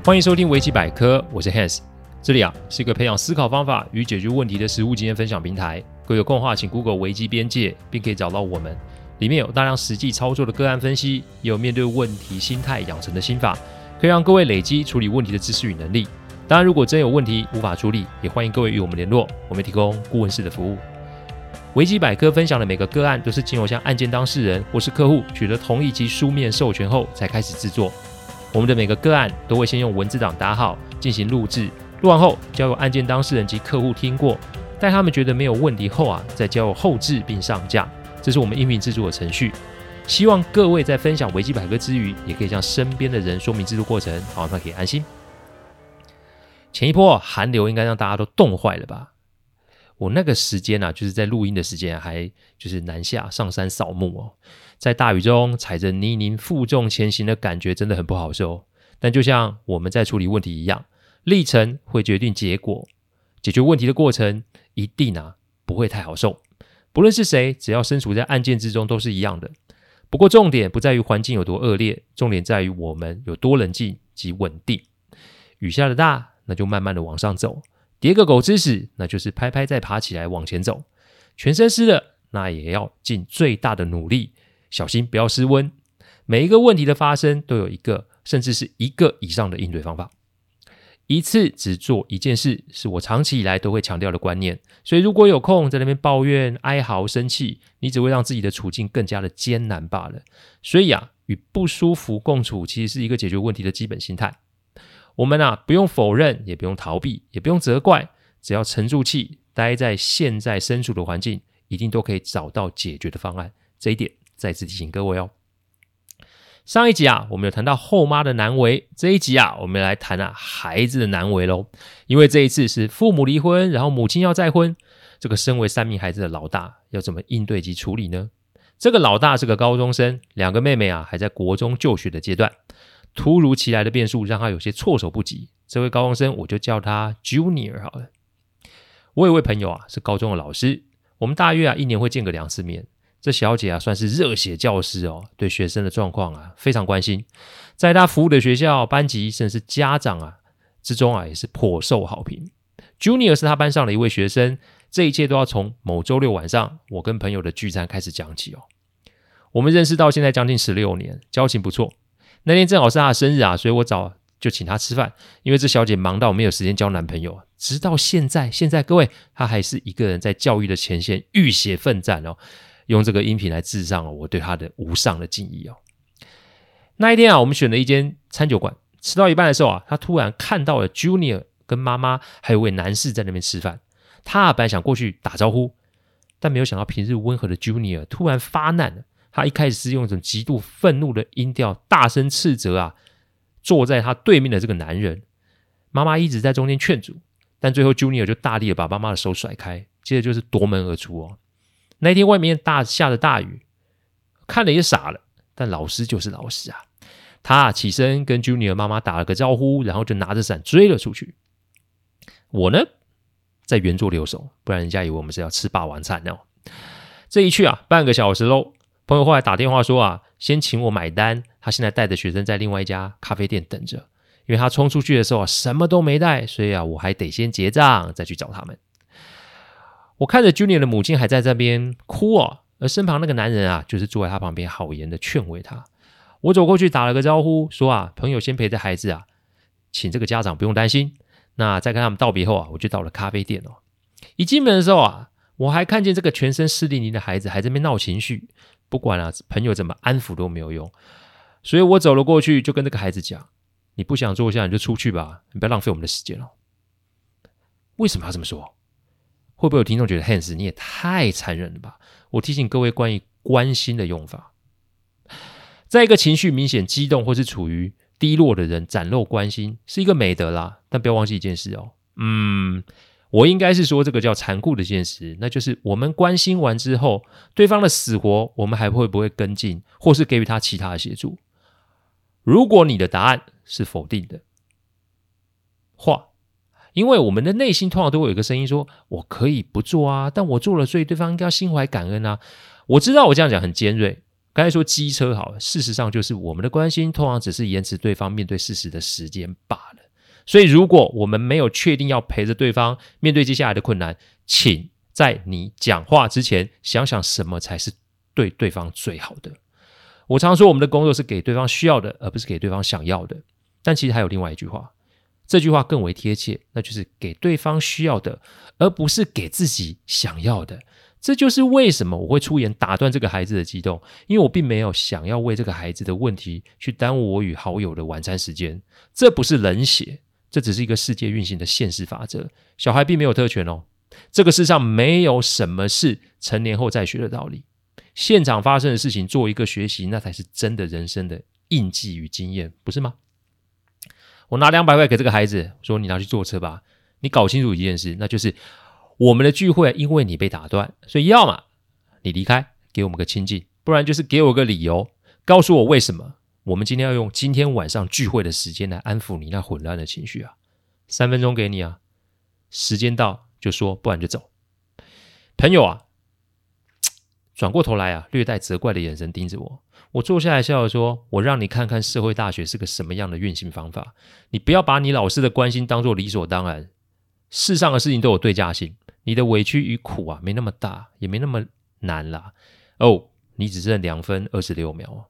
欢迎收听维基百科，我是 Hans。这里是一个培养思考方法与解决问题的实务经验分享平台。各位有空的话，请 Google 维基边界，并可以找到我们。里面有大量实际操作的个案分析，也有面对问题心态养成的心法，可以让各位累积处理问题的知识与能力。当然，如果真有问题无法处理，也欢迎各位与我们联络，我们提供顾问式的服务。维基百科分享的每个个案都是经由向案件当事人或是客户取得同意及书面授权后才开始制作。我们的每个个案都会先用文字档打好进行录制，录完后交由案件当事人及客户听过，待他们觉得没有问题后再交由后制并上架。这是我们音频制作的程序。希望各位在分享维基百科之余，也可以向身边的人说明制作过程，好，那可以安心。前一波寒流应该让大家都冻坏了吧？我那个时间就是在录音的时间，还就是南下上山扫墓在大雨中踩着泥泞负重前行的感觉真的很不好受。但就像我们在处理问题一样，历程会决定结果，解决问题的过程一定不会太好受。不论是谁，只要身处在案件之中都是一样的。不过重点不在于环境有多恶劣，重点在于我们有多冷静及稳定。雨下的大，那就慢慢的往上走。跌个狗吃屎，那就是拍拍再爬起来往前走。全身湿了，那也要尽最大的努力，小心不要失温。每一个问题的发生都有一个甚至是一个以上的应对方法。一次只做一件事是我长期以来都会强调的观念，所以如果有空在那边抱怨、哀嚎、生气，你只会让自己的处境更加的艰难罢了。所以与不舒服共处其实是一个解决问题的基本心态。我们不用否认，也不用逃避，也不用责怪，只要沉住气，待在现在身处的环境，一定都可以找到解决的方案。这一点再次提醒各位上一集我们有谈到后妈的难为，这一集我们来谈孩子的难为咯。因为这一次是父母离婚，然后母亲要再婚，这个身为3名孩子的老大要怎么应对及处理呢？这个老大是个高中生，2个妹妹还在国中就学的阶段。突如其来的变数让他有些措手不及，这位高中生我就叫他 Junior 好了。我有位朋友是高中的老师，我们大约1年会见个2次面。这小姐算是热血教师对学生的状况非常关心，在她服务的学校、班级甚至是家长之中也是颇受好评。Junior 是他班上的一位学生，这一切都要从某周六晚上我跟朋友的聚餐开始讲起我们认识到现在将近16年，交情不错。那天正好是她的生日所以我早就请她吃饭，因为这小姐忙到没有时间交男朋友，直到现在各位她还是一个人在教育的前线浴血奋战用这个音频来致上我对她的无上的敬意那一天我们选了一间餐酒馆，吃到一半的时候她突然看到了 Junior 跟妈妈还有位男士在那边吃饭。她本来想过去打招呼，但没有想到平日温和的 Junior 突然发难了。他一开始是用一种极度愤怒的音调大声斥责坐在他对面的这个男人。妈妈一直在中间劝阻，但最后 Junior 就大力的把妈妈的手甩开，接着就是夺门而出那一天外面下着大雨，看了也傻了，但老师就是老师他起身跟 Junior 妈妈打了个招呼，然后就拿着伞追了出去。我呢在原桌留守，不然人家以为我们是要吃霸王餐这一去半个小时咯。朋友后来打电话说先请我买单，他现在带着学生在另外一家咖啡店等着，因为他冲出去的时候什么都没带，所以我还得先结账再去找他们。我看着 Junior 的母亲还在这边哭而身旁那个男人就是坐在他旁边好言的劝慰他。我走过去打了个招呼说朋友先陪着孩子请这个家长不用担心。那在跟他们道别后我就到了咖啡店一进门的时候我还看见这个全身湿淋淋的孩子还在那边闹情绪，不管朋友怎么安抚都没有用，所以我走了过去就跟这个孩子讲，你不想坐下你就出去吧，你不要浪费我们的时间为什么要这么说？会不会有听众觉得 Hans 你也太残忍了吧？我提醒各位关于关心的用法，在一个情绪明显激动或是处于低落的人展露关心是一个美德啦，但不要忘记一件事我应该是说这个叫残酷的现实，那就是我们关心完之后，对方的死活我们还会不会跟进，或是给予他其他的协助？如果你的答案是否定的话，因为我们的内心通常都会有一个声音说，我可以不做但我做了，所以对方应该要心怀感恩我知道我这样讲很尖锐， 刚才说机车好了，事实上就是我们的关心通常只是延迟对方面对事实的时间罢了。所以如果我们没有确定要陪着对方面对接下来的困难，请在你讲话之前想想什么才是对对方最好的。我常说我们的工作是给对方需要的，而不是给对方想要的。但其实还有另外一句话，这句话更为贴切，那就是给对方需要的，而不是给自己想要的。这就是为什么我会出言打断这个孩子的激动，因为我并没有想要为这个孩子的问题去耽误我与好友的晚餐时间。这不是冷血，这只是一个世界运行的现实法则。小孩并没有特权哦，这个世上没有什么是成年后再学的道理。现场发生的事情做一个学习，那才是真的人生的印记与经验，不是吗？我拿200块给这个孩子，说你拿去坐车吧。你搞清楚一件事，那就是我们的聚会因为你被打断，所以要么你离开，给我们个清静，不然就是给我个理由，告诉我为什么我们今天要用今天晚上聚会的时间来安抚你那混乱的情绪啊。3分钟给你啊，时间到就说，不然就走。朋友啊，转过头来啊，略带责怪的眼神盯着我。我坐下来笑着说，我让你看看社会大学是个什么样的运行方法，你不要把你老师的关心当作理所当然。世上的事情都有对价性，你的委屈与苦啊，没那么大，也没那么难啦。哦，你只剩2分26秒。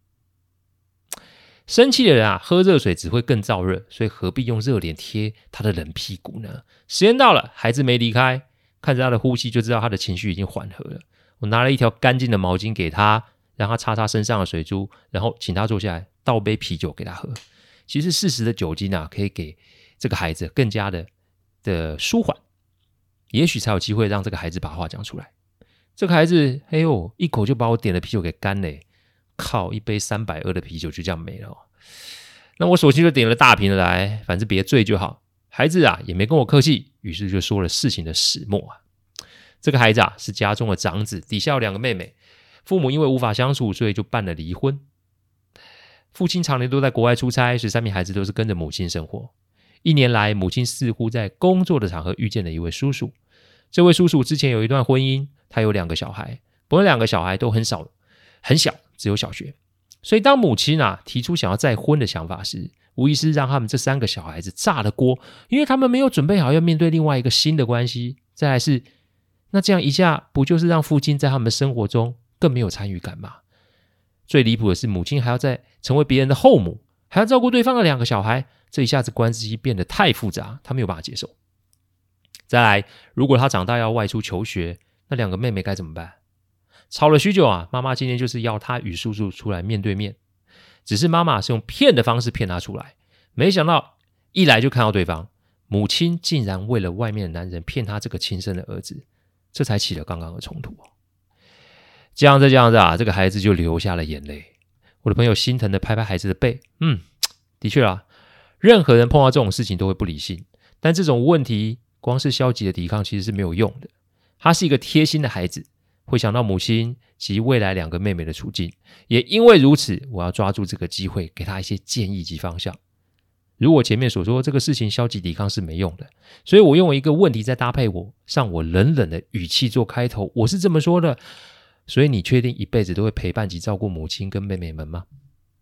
生气的人啊，喝热水只会更燥热，所以何必用热脸贴他的冷屁股呢？时间到了，孩子没离开，看着他的呼吸就知道他的情绪已经缓和了。我拿了一条干净的毛巾给他，让他擦擦身上的水珠，然后请他坐下来，倒杯啤酒给他喝。其实适时的酒精啊，可以给这个孩子更加的舒缓，也许才有机会让这个孩子把话讲出来。这个孩子，哎呦，一口就把我点的啤酒给干了，靠，一杯320的啤酒就这样没了。那我索性就点了大瓶的来，反正别醉就好。孩子啊，也没跟我客气，于是就说了事情的始末啊。这个孩子啊，是家中的长子，底下有2个妹妹，父母因为无法相处，所以就办了离婚。父亲常年都在国外出差，所以3名孩子都是跟着母亲生活。1年来，母亲似乎在工作的场合遇见了一位叔叔。这位叔叔之前有一段婚姻，他有2个小孩，不过2个小孩都很小，只有小学。所以当母亲啊提出想要再婚的想法时，无疑是让他们这3个小孩子炸了锅，因为他们没有准备好要面对另外一个新的关系。再来是，那这样一下不就是让父亲在他们的生活中更没有参与感吗？最离谱的是，母亲还要再成为别人的后母，还要照顾对方的2个小孩，这一下子关系变得太复杂，他没有办法接受。再来，如果他长大要外出求学，那2个妹妹该怎么办？吵了许久啊，妈妈今天就是要他与叔叔出来面对面，只是妈妈是用骗的方式骗他出来，没想到一来就看到对方，母亲竟然为了外面的男人骗他这个亲生的儿子，这才起了刚刚的冲突。这样子啊，这个孩子就流下了眼泪。我的朋友心疼的拍拍孩子的背，的确啊，任何人碰到这种事情都会不理性，但这种问题光是消极的抵抗其实是没有用的。他是一个贴心的孩子，会想到母亲及未来2个妹妹的处境，也因为如此，我要抓住这个机会给他一些建议及方向。如我前面所说，这个事情消极抵抗是没用的，所以我用一个问题再搭配我冷冷的语气做开头，我是这么说的：所以你确定一辈子都会陪伴及照顾母亲跟妹妹们吗？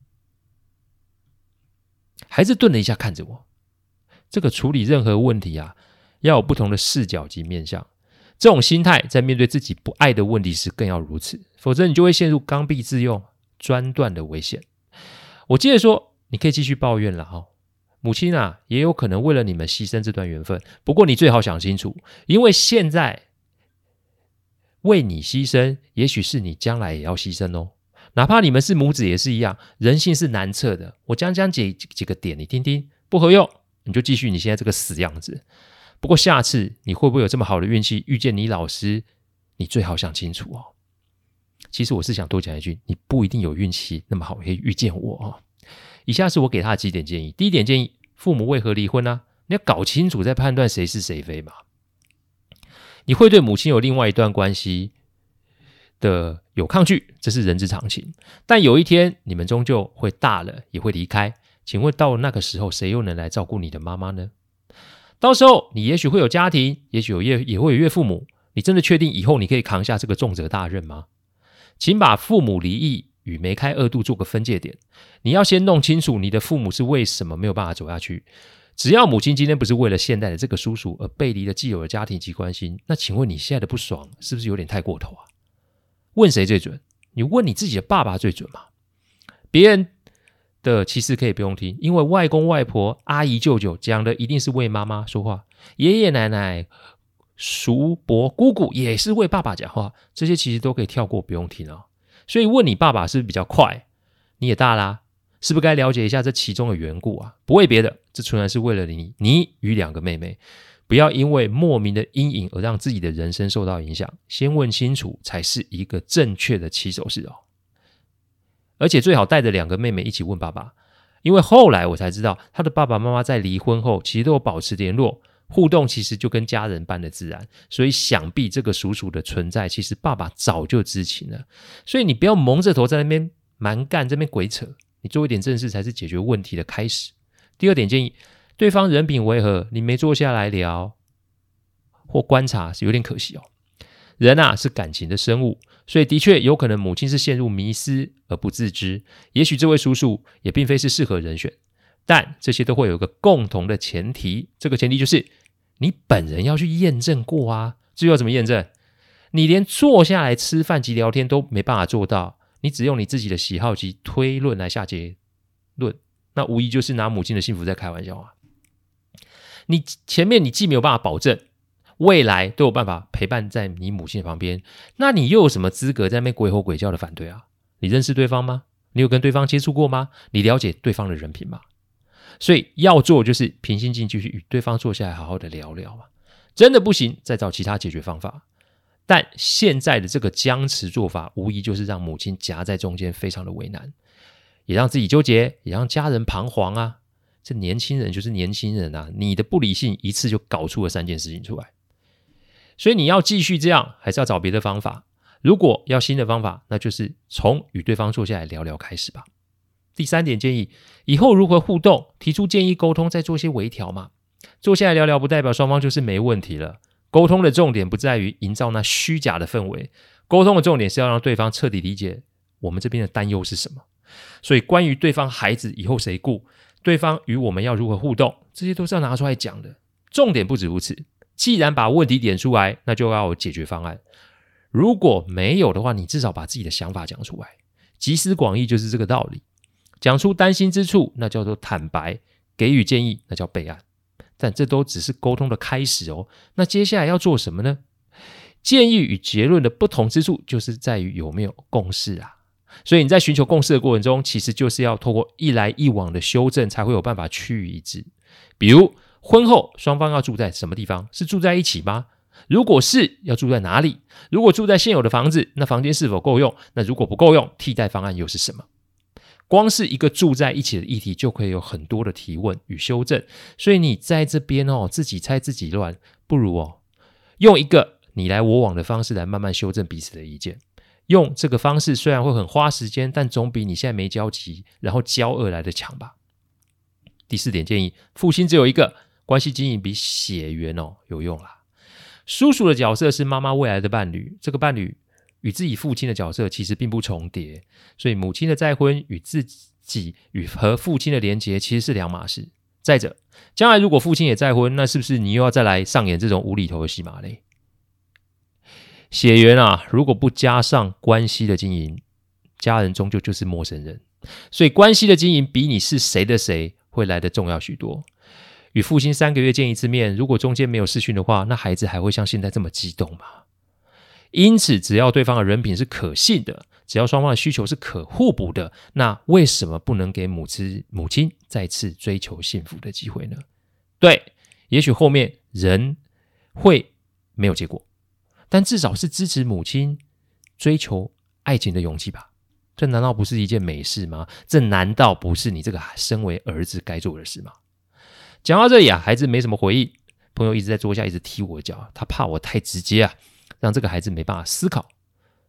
孩子顿了一下看着我，这个处理任何问题啊，要有不同的视角及面向。这种心态在面对自己不爱的问题时更要如此，否则你就会陷入刚愎自用、专断的危险。我接着说，你可以继续抱怨了母亲啊，也有可能为了你们牺牲这段缘分，不过你最好想清楚，因为现在为你牺牲，也许是你将来也要牺牲哦。哪怕你们是母子也是一样，人性是难测的。我讲几个点你听听，不合用你就继续你现在这个死样子。不过下次你会不会有这么好的运气遇见你老师，你最好想清楚哦。其实我是想多讲一句，你不一定有运气那么好可以遇见我以下是我给他的几点建议。第一点建议，父母为何离婚呢？你要搞清楚再判断谁是谁非嘛。你会对母亲有另外一段关系的有抗拒，这是人之常情，但有一天你们终究会大了，也会离开。请问到那个时候，谁又能来照顾你的妈妈呢？到时候你也许会有家庭，也许也会有岳父母，你真的确定以后你可以扛下这个重责大任吗？请把父母离异与梅开二度做个分界点。你要先弄清楚你的父母是为什么没有办法走下去。只要母亲今天不是为了现代的这个叔叔而背离了既有的家庭及关系，那请问你现在的不爽是不是有点太过头啊？问谁最准？你问你自己的爸爸最准吗？别人的其实可以不用听，因为外公外婆、阿姨舅舅讲的一定是为妈妈说话，爷爷奶奶、叔伯姑姑也是为爸爸讲话，这些其实都可以跳过不用听啊。所以问你爸爸是不是比较快？你也大啦，是不是该了解一下这其中的缘故啊？不为别的，这纯然是为了你与2个妹妹，不要因为莫名的阴影而让自己的人生受到影响。先问清楚才是一个正确的起手式哦。而且最好带着2个妹妹一起问爸爸，因为后来我才知道，他的爸爸妈妈在离婚后其实都有保持联络，互动其实就跟家人般的自然，所以想必这个叔叔的存在，其实爸爸早就知情了。所以你不要蒙着头在那边蛮干，这边鬼扯，你做一点正事才是解决问题的开始。第2点建议，对方人品为何，你没坐下来聊或观察是有点可惜哦。人啊是感情的生物，所以的确有可能母亲是陷入迷思而不自知，也许这位叔叔也并非是适合人选，但这些都会有一个共同的前提，这个前提就是你本人要去验证过啊。至于要怎么验证，你连坐下来吃饭及聊天都没办法做到，你只用你自己的喜好及推论来下结论，那无疑就是拿母亲的幸福在开玩笑啊。你前面你既没有办法保证未来都有办法陪伴在你母亲的旁边，那你又有什么资格在那边鬼吼鬼叫的反对啊？你认识对方吗？你有跟对方接触过吗？你了解对方的人品吗？所以要做就是平心静气去与对方坐下来好好的聊聊嘛。真的不行再找其他解决方法。但现在的这个僵持做法无疑就是让母亲夹在中间非常的为难，也让自己纠结，也让家人彷徨啊。这年轻人就是年轻人啊，你的不理性一次就搞出了3件事情出来。所以你要继续这样，还是要找别的方法？如果要新的方法，那就是从与对方坐下来聊聊开始吧。第3点建议，以后如何互动，提出建议沟通，再做些微调嘛。坐下来聊聊不代表双方就是没问题了，沟通的重点不在于营造那虚假的氛围，沟通的重点是要让对方彻底理解我们这边的担忧是什么。所以关于对方孩子以后谁顾，对方与我们要如何互动，这些都是要拿出来讲的。重点不止如此，既然把问题点出来，那就要有解决方案。如果没有的话，你至少把自己的想法讲出来。集思广益就是这个道理。讲出担心之处，那叫做坦白；给予建议，那叫备案。但这都只是沟通的开始哦。那接下来要做什么呢？建议与结论的不同之处，就是在于有没有共识啊。所以你在寻求共识的过程中，其实就是要透过一来一往的修正，才会有办法趋于一致。比如婚后双方要住在什么地方？是住在一起吗？如果是，要住在哪里？如果住在现有的房子，那房间是否够用？那如果不够用，替代方案又是什么？光是一个住在一起的议题，就可以有很多的提问与修正。所以你在这边自己猜自己乱，不如用一个你来我往的方式来慢慢修正彼此的意见。用这个方式虽然会很花时间，但总比你现在没交集然后交恶来的强吧。第4点建议，父亲只有一个，关系经营比血缘有用啦。叔叔的角色是妈妈未来的伴侣，这个伴侣与自己父亲的角色其实并不重叠，所以母亲的再婚与自己与和父亲的连结其实是2码事。再者，将来如果父亲也再婚，那是不是你又要再来上演这种无厘头的戏码嘞？血缘如果不加上关系的经营，家人终究就是陌生人，所以关系的经营比你是谁的谁会来得重要许多。与父亲3个月见一次面，如果中间没有视讯的话，那孩子还会像现在这么激动吗？因此只要对方的人品是可信的，只要双方的需求是可互补的，那为什么不能给母亲再次追求幸福的机会呢？对，也许后面人会没有结果，但至少是支持母亲追求爱情的勇气吧。这难道不是一件美事吗？这难道不是你这个身为儿子该做的事吗？讲到这里孩子没什么回应，朋友一直在桌下一直踢我脚，他怕我太直接让这个孩子没办法思考。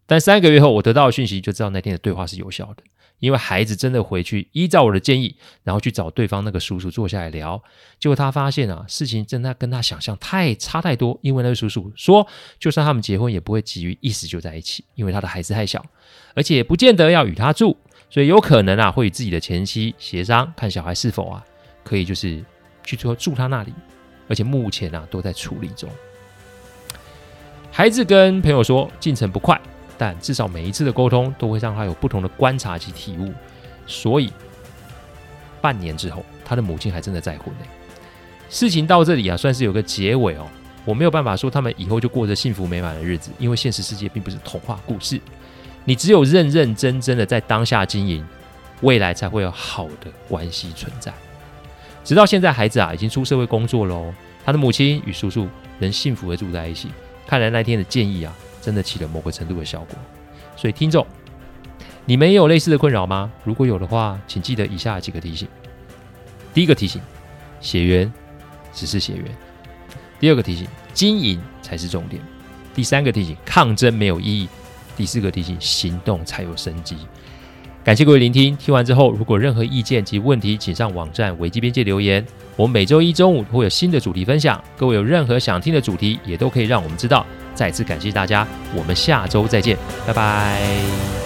但3个月后我得到的讯息就知道那天的对话是有效的，因为孩子真的回去依照我的建议，然后去找对方那个叔叔坐下来聊，结果他发现事情真的跟他想象差太多，因为那个叔叔说就算他们结婚也不会急于一时就在一起，因为他的孩子太小，而且不见得要与他住，所以有可能会与自己的前妻协商，看小孩是否可以就是去住他那里，而且目前都在处理中。孩子跟朋友说进程不快，但至少每一次的沟通都会让他有不同的观察及体悟，所以半年之后他的母亲还真的再婚。事情到这里算是有个结尾我没有办法说他们以后就过着幸福美满的日子，因为现实世界并不是童话故事，你只有认认真真的在当下经营，未来才会有好的关系存在。直到现在孩子已经出社会工作了他的母亲与叔叔能幸福的住在一起，看来那天的建议真的起了某个程度的效果。所以听众，你们也有类似的困扰吗？如果有的话，请记得以下几个提醒。第一个提醒，血缘只是血缘。第二个提醒，经营才是重点。第三个提醒，抗争没有意义。第四个提醒，行动才有生机。感谢各位聆听，听完之后如果任何意见及问题，请上网站危机边界留言。我们每周一中午会有新的主题分享，各位有任何想听的主题也都可以让我们知道。再次感谢大家，我们下周再见，拜拜。